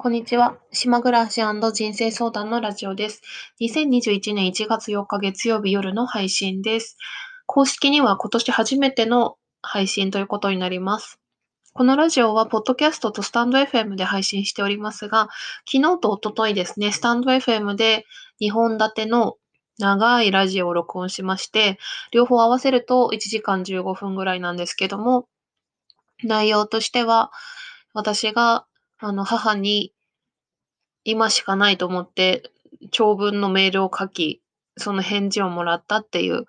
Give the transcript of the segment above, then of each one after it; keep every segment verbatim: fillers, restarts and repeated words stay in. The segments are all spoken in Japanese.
こんにちは。島暮らし人生相談のラジオです。にせんにじゅういちねんいちがつよっか月曜日夜の配信です。公式には今年初めての配信ということになります。このラジオは、ポッドキャストとスタンド エフエム で配信しておりますが、昨日と一昨日ですね、スタンド エフエム でにほん立ての長いラジオを録音しまして、両方合わせるといちじかんじゅうごふんぐらいなんですけども、内容としては、私があの母に今しかないと思って長文のメールを書き、その返事をもらったっていう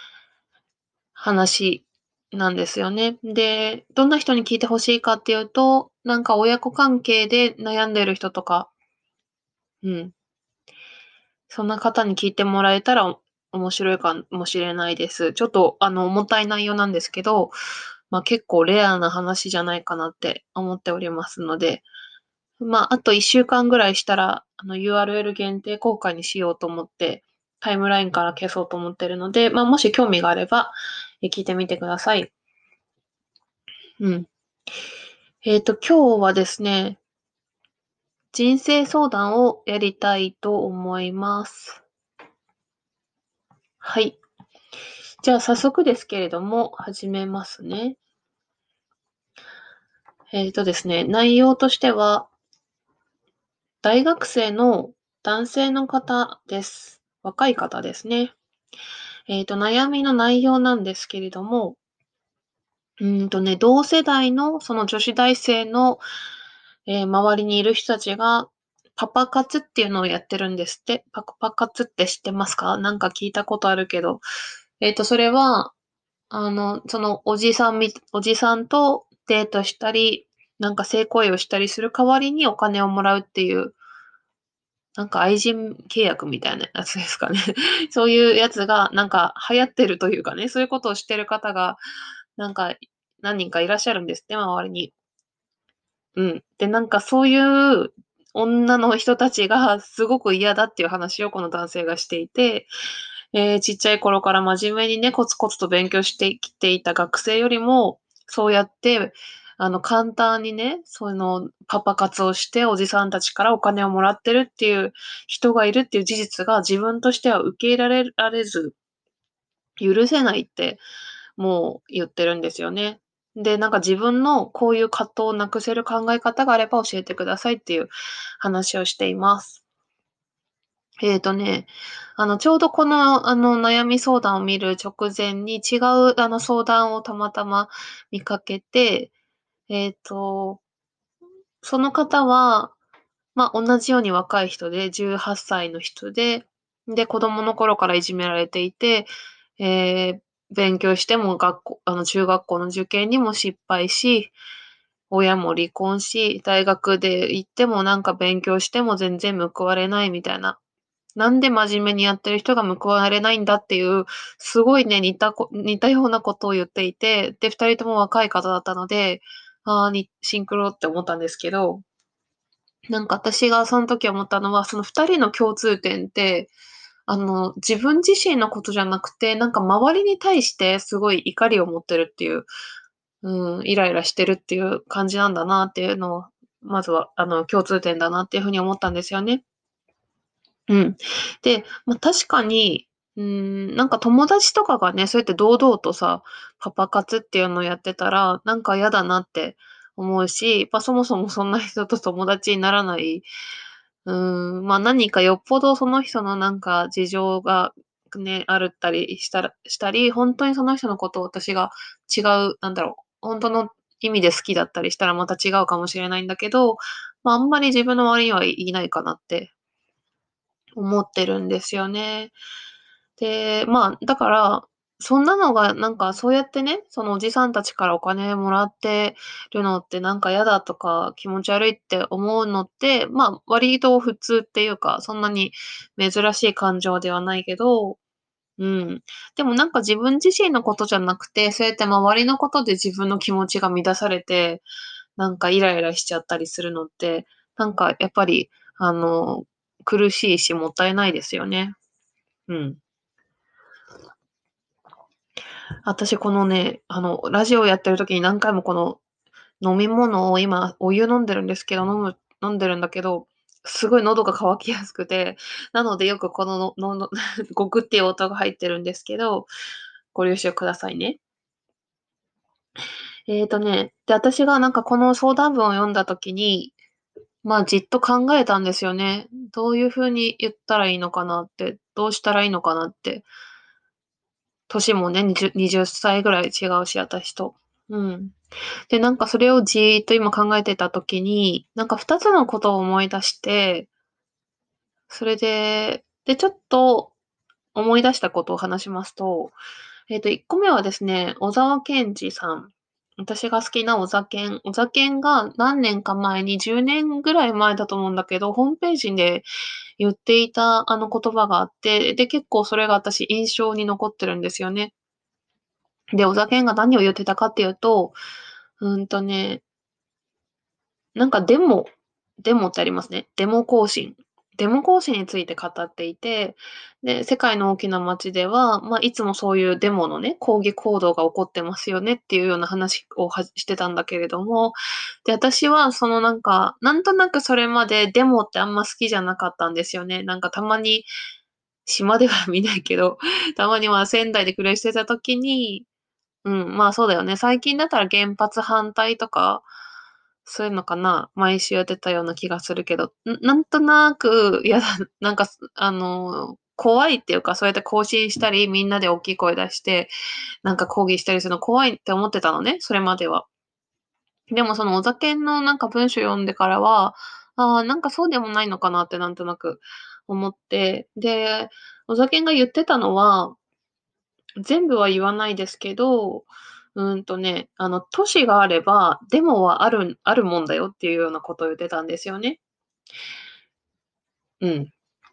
話なんですよね。で、どんな人に聞いてほしいかっていうと、なんか親子関係で悩んでる人とか、うん、そんな方に聞いてもらえたら面白いかもしれないです。ちょっとあの重たい内容なんですけど、まあ、結構レアな話じゃないかなって思っておりますので、まあ、あといっしゅうかんぐらいしたら、あの ユーアールエル 限定公開にしようと思って、タイムラインから消そうと思ってるので、まあ、もし興味があれば、え聞いてみてください。うん。えっと、今日はですね、人生相談をやりたいと思います。はい。じゃあ早速ですけれども、始めますね。えっとですね、内容としては、大学生の男性の方です。若い方ですね。えっと、悩みの内容なんですけれども、うーんとね、同世代のその女子大生の、ええ、周りにいる人たちが、パパ活っていうのをやってるんですって。パパ活って知ってますか？なんか聞いたことあるけど。えっと、それは、あの、そのおじさんみおじさんとデートしたり、なんか性行為をしたりする代わりにお金をもらうっていうなんか愛人契約みたいなやつですかね。そういうやつがなんか流行ってるというかね、そういうことをしてる方が、なんか何人かいらっしゃるんですって、周りに。うん。で、なんかそういう女の人たちがすごく嫌だっていう話をこの男性がしていて、えーちっちゃい頃から真面目にね、コツコツと勉強してきていた学生よりも、そうやって、あの、簡単にね、その、パパ活をしておじさんたちからお金をもらってるっていう人がいるっていう事実が自分としては受け入れられられず、許せないってもう言ってるんですよね。で、なんか自分のこういう葛藤をなくせる考え方があれば教えてくださいっていう話をしています。ええとね、あの、ちょうどこの、あの、悩み相談を見る直前に違う、あの、相談をたまたま見かけて、ええと、その方は、ま、同じように若い人で、じゅうはっさいの人で、で、子供の頃からいじめられていて、ええ、勉強しても学校あの、中学校の受験にも失敗し、親も離婚し、大学で行ってもなんか勉強しても全然報われないみたいな。なんで真面目にやってる人が報われないんだっていう、すごいね、似たこ似たようなことを言っていて、で、ふたりとも若い方だったので、ああ、にシンクロって思ったんですけど、なんか私がその時思ったのは、そのふたりの共通点って、あの、自分自身のことじゃなくて、なんか周りに対してすごい怒りを持ってるっていう、うん、イライラしてるっていう感じなんだなっていうのを、まずは、あの、共通点だなっていう風に思ったんですよね。うん。で、ま、確かに、うーん、なんか友達とかがね、そうやって堂々とさ、パパ活っていうのをやってたら、なんか嫌だなって思うし、ま、そもそもそんな人と友達にならない、うーん、ま、何かよっぽどその人のなんか事情がね、あるったりしたらしたり、ほんとにその人のことを私が違う、なんだろう、ほんとの意味で好きだったりしたらまた違うかもしれないんだけど、ま、あんまり自分の周りにはいいないかなって思ってるんですよね。で、まあ、だから、そんなのがなんかそうやってね、そのおじさんたちからお金もらってるのってなんか嫌だとか気持ち悪いって思うのって、まあ、割と普通っていうか、そんなに珍しい感情ではないけど、うん。でもなんか自分自身のことじゃなくて、そうやって周りのことで自分の気持ちが乱されて、なんかイライラしちゃったりするのって、なんかやっぱり、あの、苦しいしもったいないですよね。うん。私このね、あの、ラジオやってる時に何回もこの飲み物を今お湯飲んでるんですけど、飲む飲んでるんだけど、すごい喉が渇きやすくて、なのでよくこののののゴクっていう音が入ってるんですけど、ご了承くださいね。ええとね、で、私がなんかこの相談文を読んだ時に、まあ、じっと考えたんですよね。どういう風に言ったらいいのかなって、どうしたらいいのかなって。年もね、にじゅにじゅっさいぐらい違うし、私と。うん。で、なんかそれをじーっと今考えてた時に、なんかふたつのことを思い出して、それで、で、ちょっと思い出したことを話しますと、えっといっこめはですね、小沢健二さん。私が好きなおざけん。おざけんが何年か前に、じゅうねんぐらい前だと思うんだけど、ホームページで言っていたあの言葉があって、で、結構それが私印象に残ってるんですよね。で、おざけんが何を言ってたかっていうと、うんとねなんかデモデモってありますね。デモ行進。デモ行進について語っていて、で、世界の大きな街では、ま、いつもそういうデモのね、抗議行動が起こってますよねっていうような話をはしてたんだけれども、で、私はそのなんか、なんとなくそれまでデモってあんま好きじゃなかったんですよね。なんかたまに、島では見ないけど、たまには仙台で暮らしてた時に、うん、まあ、そうだよね。最近だったら原発反対とか、そういうのかな、毎週やってたような気がするけど、んなんとなく、いや、なんか、すあの、怖いっていうか、そうやって行進したり、みんなで大きい声出して、なんか抗議したりするの怖いって思ってたのね、それまでは。でもそのお酒のなんか文章読んでからは、ああ、なんかそうでもないのかなってなんとなく思って、で、お酒が言ってたのは全部は言わないですけど、うんとね、あの、都市があれば、デモはあるあるもんだよっていうようなことを言ってたんですよね。うん。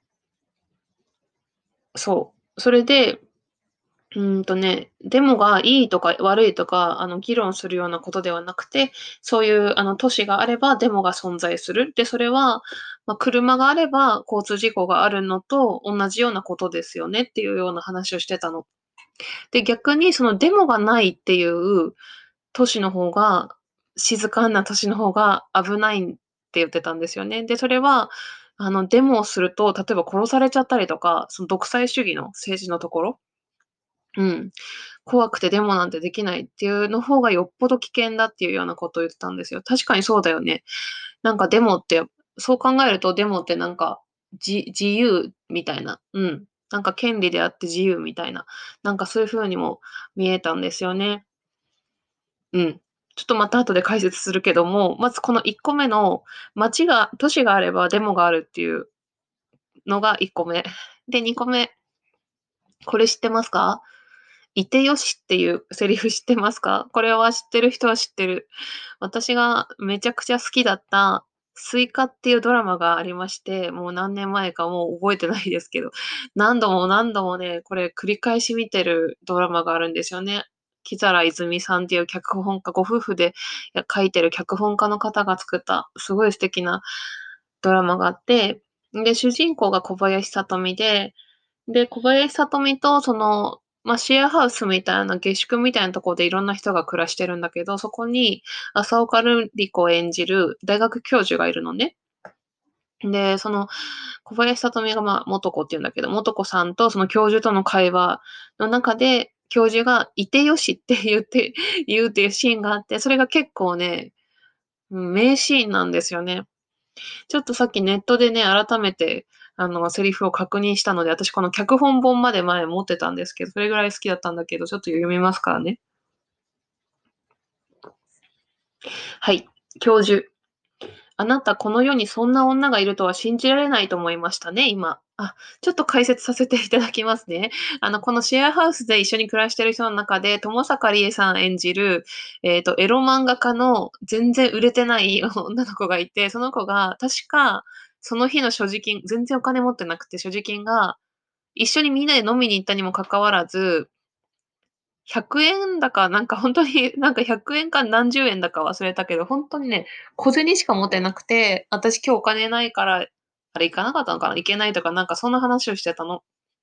そう。それで、うんとね、デモがいいとか悪いとか、あの、議論するようなことではなくて、そういうあの、都市があればデモが存在する。で、それは、ま、車があれば交通事故があるのと同じようなことですよねっていうような話をしてたの。で、逆にそのデモがないっていう都市の方が、静かな都市の方が危ないって言ってたんですよね。で、それは、あの、デモをすると、例えば殺されちゃったりとか、その独裁主義の政治のところ、うん、怖くてデモなんてできないっていうの方がよっぽど危険だっていうようなことを言ってたんですよ。確かにそうだよね。なんかデモって、そう考えるとデモってなんか、じ自由みたいな、うん、なんか権利であって自由みたいな、なんかそういう風にも見えたんですよね。うん。ちょっとまた後で解説するけども、まずこのいっこめの、街が都市があればデモがあるっていうのがいっこめ。で、にこめ、これ知ってますか？いてよしっていうセリフ知ってますか？これは知ってる人は知ってる。私がめちゃくちゃ好きだったスイカっていうドラマがありまして、もう何年前かもう覚えてないですけど、何度も何度もね、これ繰り返し見てるドラマがあるんですよね。木皿泉さんっていう脚本家ご夫婦で、や書いてる脚本家の方が作ったすごい素敵なドラマがあって、で、主人公が小林聡美で、で、小林聡美とその、ま、シェアハウスみたいな下宿みたいなとこでいろんな人が暮らしてるんだけど、そこに浅丘ルリ子演じる大学教授がいるのね。で、その小林聡美が、ま、素子って言うんだけど、素子さんとその教授との会話の中で、教授がいてよしって言って言うっていうシーンがあって、それが結構ね、うん、名シーンなんですよね。ちょっとさっきネットでね、改めて、あの、セリフを確認したので、私この脚本本まで前持ってたんですけど、それぐらい好きだったんだけど、ちょっと読みますからね。はい。教授。あなた、この世にそんな女がいるとは信じられないと思いましたね、今。あ、ちょっと解説させていただきますね。あの、このシェアハウスで一緒に暮らしてる人の中で、友坂理恵さん演じる、えっと、エロ漫画家の全然売れてない女の子がいて、その子が確か、その日の所持金、全然お金持ってなくて、所持金が一緒にみんなで飲みに行ったにもかかわらず、ひゃくえんだか、なんかほんとに、なんかひゃくえんか何十円だか忘れたけど、ほんとにね、小銭しか持ってなくて、私今日お金ないから、あれ行かなかったのかな、行けないとか、なんかそんな話をしてたの。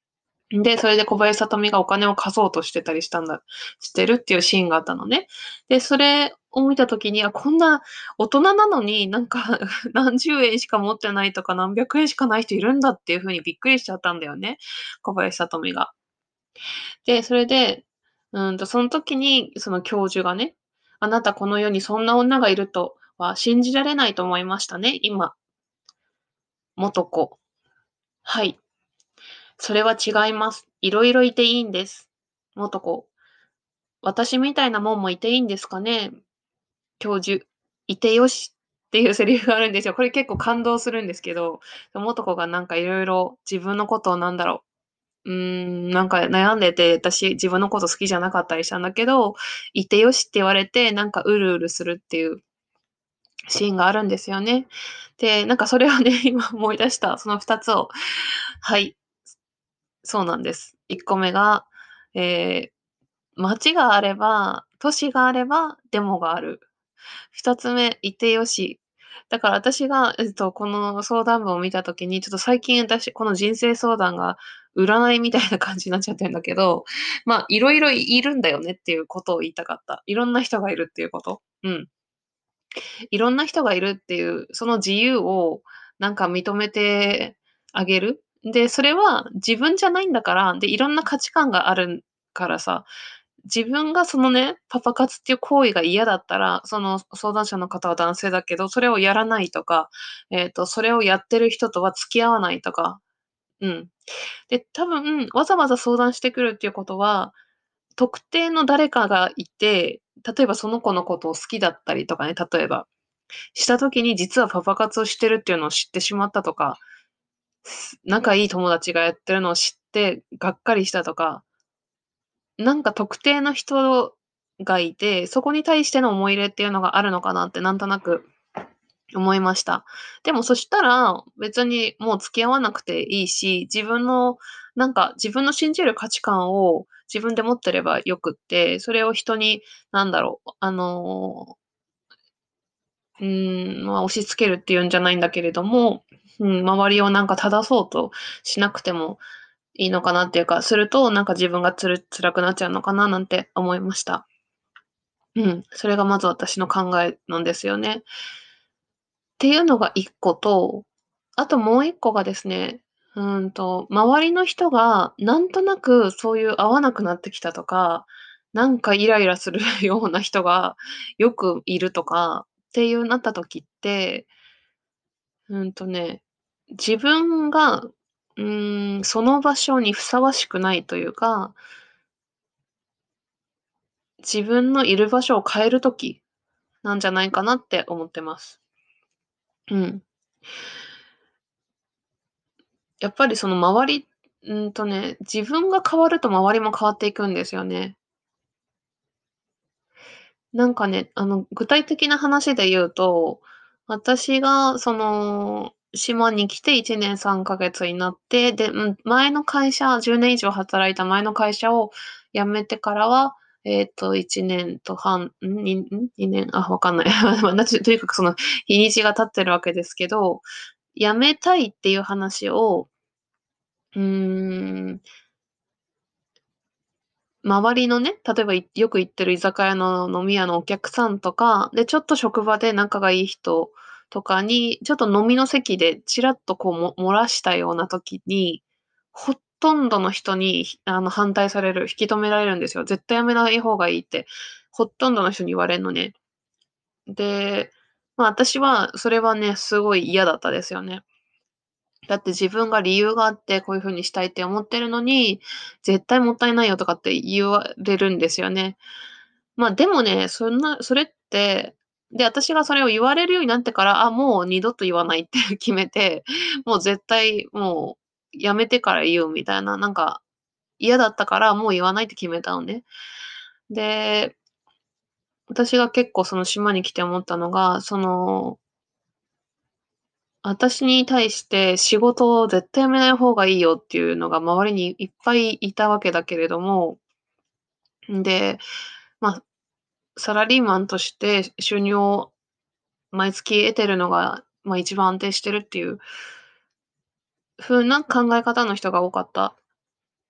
で、それで小林聡美がお金を貸そうとしてたりしたんだしてるっていうシーンがあったのね。で、それを見た時に、あ、こんな大人なのに、なんか何十円しか持ってないとか、何百円しかない人いるんだっていう風にびっくりしちゃったんだよね、小林聡美が。で、それで、うんと、その時にその教授がね、あなたこの世にそんな女がいるとは信じられないと思いましたね、今。元子。はい。それは違います。いろいろいていいんです。元子。私みたいなもんもいていいんですかね？教授。いてよしっていうセリフがあるんですよ。これ結構感動するんですけど、元子がなんかいろいろ自分のことをなんだろう、うーん、なんか悩んでて、私自分のこと好きじゃなかったりしたんだけど、いてよしって言われて、なんかうるうるするっていうシーンがあるんですよね。で、なんかそれをね、今思い出した、そのふたつを、はい、そうなんです。いっこめが、えー街があれば、都市があればデモがある。ふたつめ、いてよし。だから私が、えっと、この相談文を見た時に、ちょっと最近私、この人生相談が占いみたいな感じになっちゃってるんだけど、まあ、いろいろいるんだよねっていうことを言いたかった。いろんな人がいるっていうこと。うん。いろんな人がいるっていう、その自由をなんか認めてあげる。で、それは自分じゃないんだから、で、いろんな価値観があるからさ、自分がそのね、パパ活っていう行為が嫌だったら、その相談者の方は男性だけど、それをやらないとか、えっと、それをやってる人とは付き合わないとか、うん。で、多分、わざわざ相談してくるっていうことは、特定の誰かがいて、例えばその子のことを好きだったりとかね、例えば、した時に実はパパ活をしてるっていうのを知ってしまったとか、仲いい友達がやってるのを知ってがっかりしたとか、なんか特定の人がいて、そこに対しての思い入れっていうのがあるのかなってなんとなく思いました。でもそしたら、別にもう付き合わなくていいし、自分のなんか自分の信じる価値観を自分で持ってればよくって、それを人になんだろう、あの、うーん、まあ、押し付けるっていうんじゃないんだけれども、うん、周りをなんか正そうとしなくてもいいのかなっていうか、するとなんか自分がつる辛くなっちゃうのかななんて思いました。うん、それがまず私の考えなんですよね。っていうのがいっこと、あともういっこがですね、うーんと、周りの人がなんとなくそういう合わなくなってきたとか、なんかイライラするような人がよくいるとかっていうなった時って、うんとね、自分が、うーん、その場所にふさわしくないというか、自分のいる場所を変える時なんじゃないかなって思ってます。うん。やっぱりその周りうんとね、自分が変わると周りも変わっていくんですよね。なんかね、あの、具体的な話で言うと、私がその、島に来ていちねんさんかげつになって、で、うん、前の会社、じゅうねん以上働いた前の会社を辞めてからは、えっと、いちねんと半、ん、にん、にねん、あ、わかんない。ま、なちとにかくその日にちが経ってるわけですけど、辞めたいっていう話を、うーん周りのね、例えば、いよく行ってる居酒屋の飲み屋のお客さんとか、で、ちょっと職場で仲がいい人とかに、ちょっと飲みの席でちらっとこう、も漏らしたような時に、ほとんどの人に、ひあの、反対される、引き止められるんですよ。絶対やめない方がいいって、ほとんどの人に言われんのね。で、ま、私はそれはね、すごい嫌だったですよね。だって自分が理由があって、こういう風にしたいって思ってるのに、絶対もったいないよとかって言われるんですよね。ま、でもね、そんなそれって、で、私がそれを言われるようになってから、あ、もう二度と言わないって決めて、もう絶対もうやめてから言うみたいな、なんか嫌だったからもう言わないって決めたのね。で、私が結構その島に来て思ったのが、その私に対して仕事を絶対辞めない方がいいよっていうのが周りにいっぱいいたわけだけれども、んで、ま、サラリーマンとして収入を毎月得てるのが、ま、一番安定してるっていう風な考え方の人が多かった。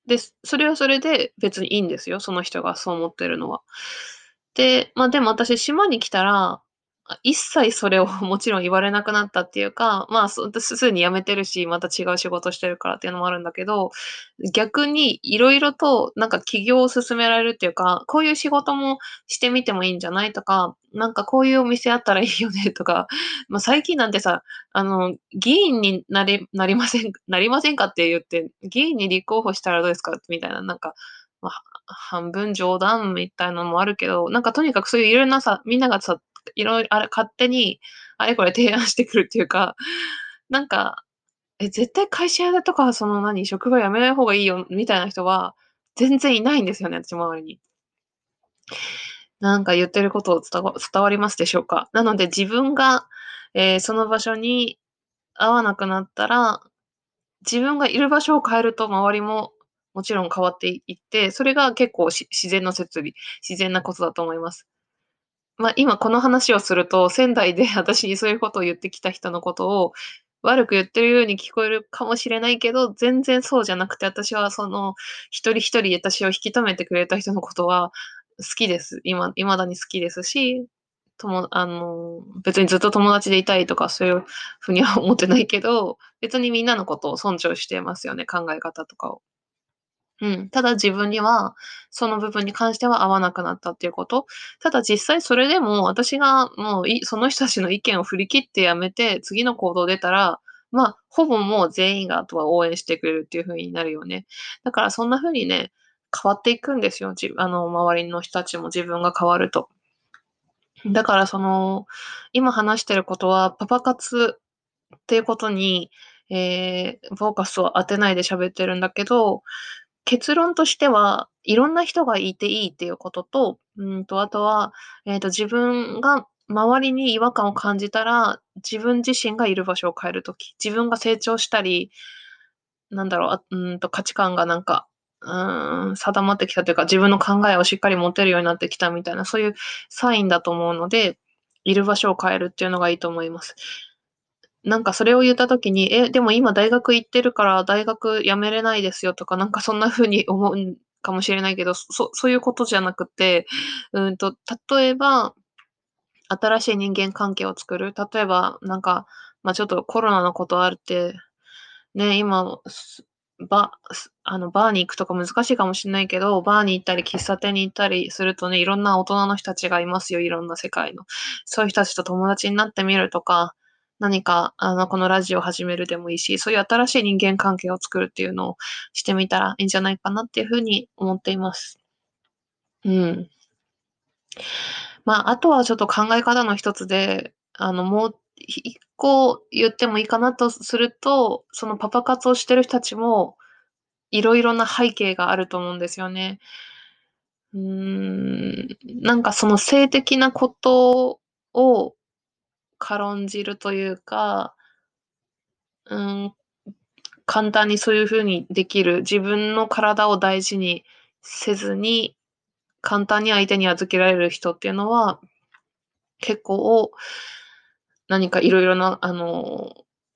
で、それはそれで別にいいんですよ、その人がそう思ってるのは。で、ま、でも私島に来たら、あ、一切それをもちろん言われなくなったっていうか、まあ、そ私すでに辞めてるし、また違う仕事してるからっていうのもあるんだけど、逆に色々となんか起業を勧められるっていうか、こういう仕事もしてみてもいいんじゃないとか、なんかこういうお店あったらいいよねとか、ま、最近なんてさ、あの、議員になれなりませんなりませんかって言って、議員に立候補したらどうですかみたいな、なんか、ま、半分冗談みたいなのもあるけど、なんかとにかくそういう色々なさ、みんながさ、色々あれ勝手にあれこれ提案してくるっていうか、なんか、え、絶対会社辞めとか、その何、職場辞めない方がいいよみたいな人は全然いないんですよね、私周りに。なんか言ってることをつたわ伝わりますでしょうか？なので自分が、ええ、その場所に合わなくなったら、自分がいる場所を変えると周りももちろん変わっていいって、それが結構し自然の摂理自然なことだと思います。ま、今この話をすると、仙台で私にそういうことを言ってきた人のことを悪く言ってるように聞こえるかもしれないけど、全然そうじゃなくて、私はその一人一人私を引き止めてくれた人のことは好きです。いま未だに好きですし、ともあの、別にずっと友達でいたいとかそういう風には思ってないけど、別にみんなのことを尊重してますよね、考え方とかを。うん、ただ自分には、その部分に関しては合わなくなったっていうこと。ただ実際それでも、私がもういその人たちの意見を振り切って辞めて、次の行動出たら、ま、ほぼもう全員があとは応援してくれるっていう風になるよね。だからそんな風にね、変わっていくんですよ。じあの、周りの人たちも自分が変わると。だからその、今話してることは、パパ活っていうことに、ええ、フォーカスを当てないで喋ってるんだけど、結論としては、いろんな人がいていいっていうことと、うんと、あとは、えっと、自分が周りに違和感を感じたら、自分自身がいる場所を変える時、自分が成長したり、なんだろう、あ、うんと、価値観がなんか、うーん、定まってきたというか、自分の考えをしっかり持てるようになってきたみたいな、そういうサインだと思うので、いる場所を変えるっていうのがいいと思います。なんかそれを言った時に、え、でも今大学行ってるから大学辞めれないですよとか、なんかそんな風に思うんかもしれないけど、そそういうことじゃなくて、うんと、例えば、新しい人間関係を作る、例えば、なんか、ま、ちょっとコロナのことあるって、ね、今、すばすあの、バーに行くとか難しいかもしんないけど、バーに行ったり喫茶店に行ったりするとね、いろんな大人の人たちがいますよ、いろんな世界の。そういう人たちと友達になってみるとか、何か、あの、このラジオ始めるでもいいし、そういう新しい人間関係を作るっていうのをしてみたらいいんじゃないかなっていう風に思っています。うん。ま、あとはちょっと考え方の一つで、あの、もうひいっこ言ってもいいかなとすると、そのパパ活をしてる人たちも、いろいろな背景があると思うんですよね。うーん、なんかその性的なことを軽んじるというかうーん、簡単にそういう風にできる、自分の体を大事にせずに、簡単に相手に預けられる人っていうのは、結構何かいろいろな、あの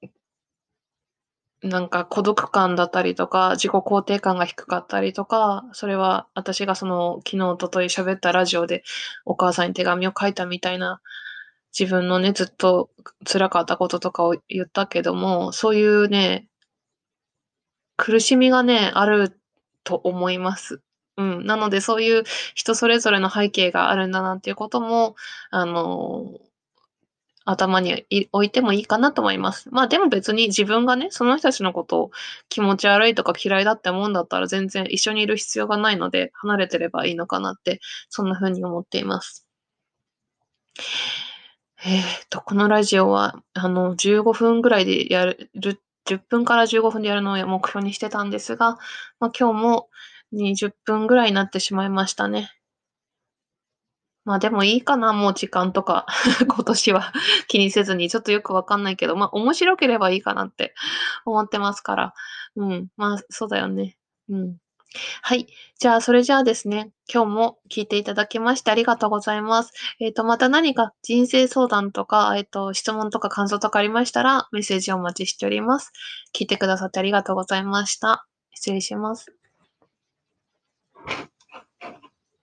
なんか孤独感だったりとか、自己肯定感が低かったりとか、それは私がその昨日、一昨日喋ったラジオでお母さんに手紙を書いたみたいな、自分のね、ずっと辛かったこととかを言ったけども、そういうね苦しみがね、あると思います。うん、なのでそういう人それぞれの背景があるんだなっていうことも、あの、頭にい置いてもいいかなと思います。ま、でも別に自分がね、その人たちのことを気持ち悪いとか嫌いだって思うんだったら、全然一緒にいる必要がないので、離れてればいいのかなって、そんな風に思っています。えっと、このラジオは、あの、じゅうごふんぐらいでやるるじゅっぷんからじゅうごふんでやるのを目標にしてたんですが、ま、今日もにじゅっぷんぐらいになってしまいましたね。ま、でもいいかな、もう時間とか、今年は気にせずに、ちょっとよくわかんないけど、ま、面白ければいいかなって思ってますから。うん、ま、そうだよね。うん。はい、じゃあ、それじゃあですね、今日も聞いていただきましてありがとうございます。えっと、また何か人生相談とか、えっと、質問とか感想とかありましたら、メッセージをお待ちしております。聞いてくださってありがとうございました。失礼します。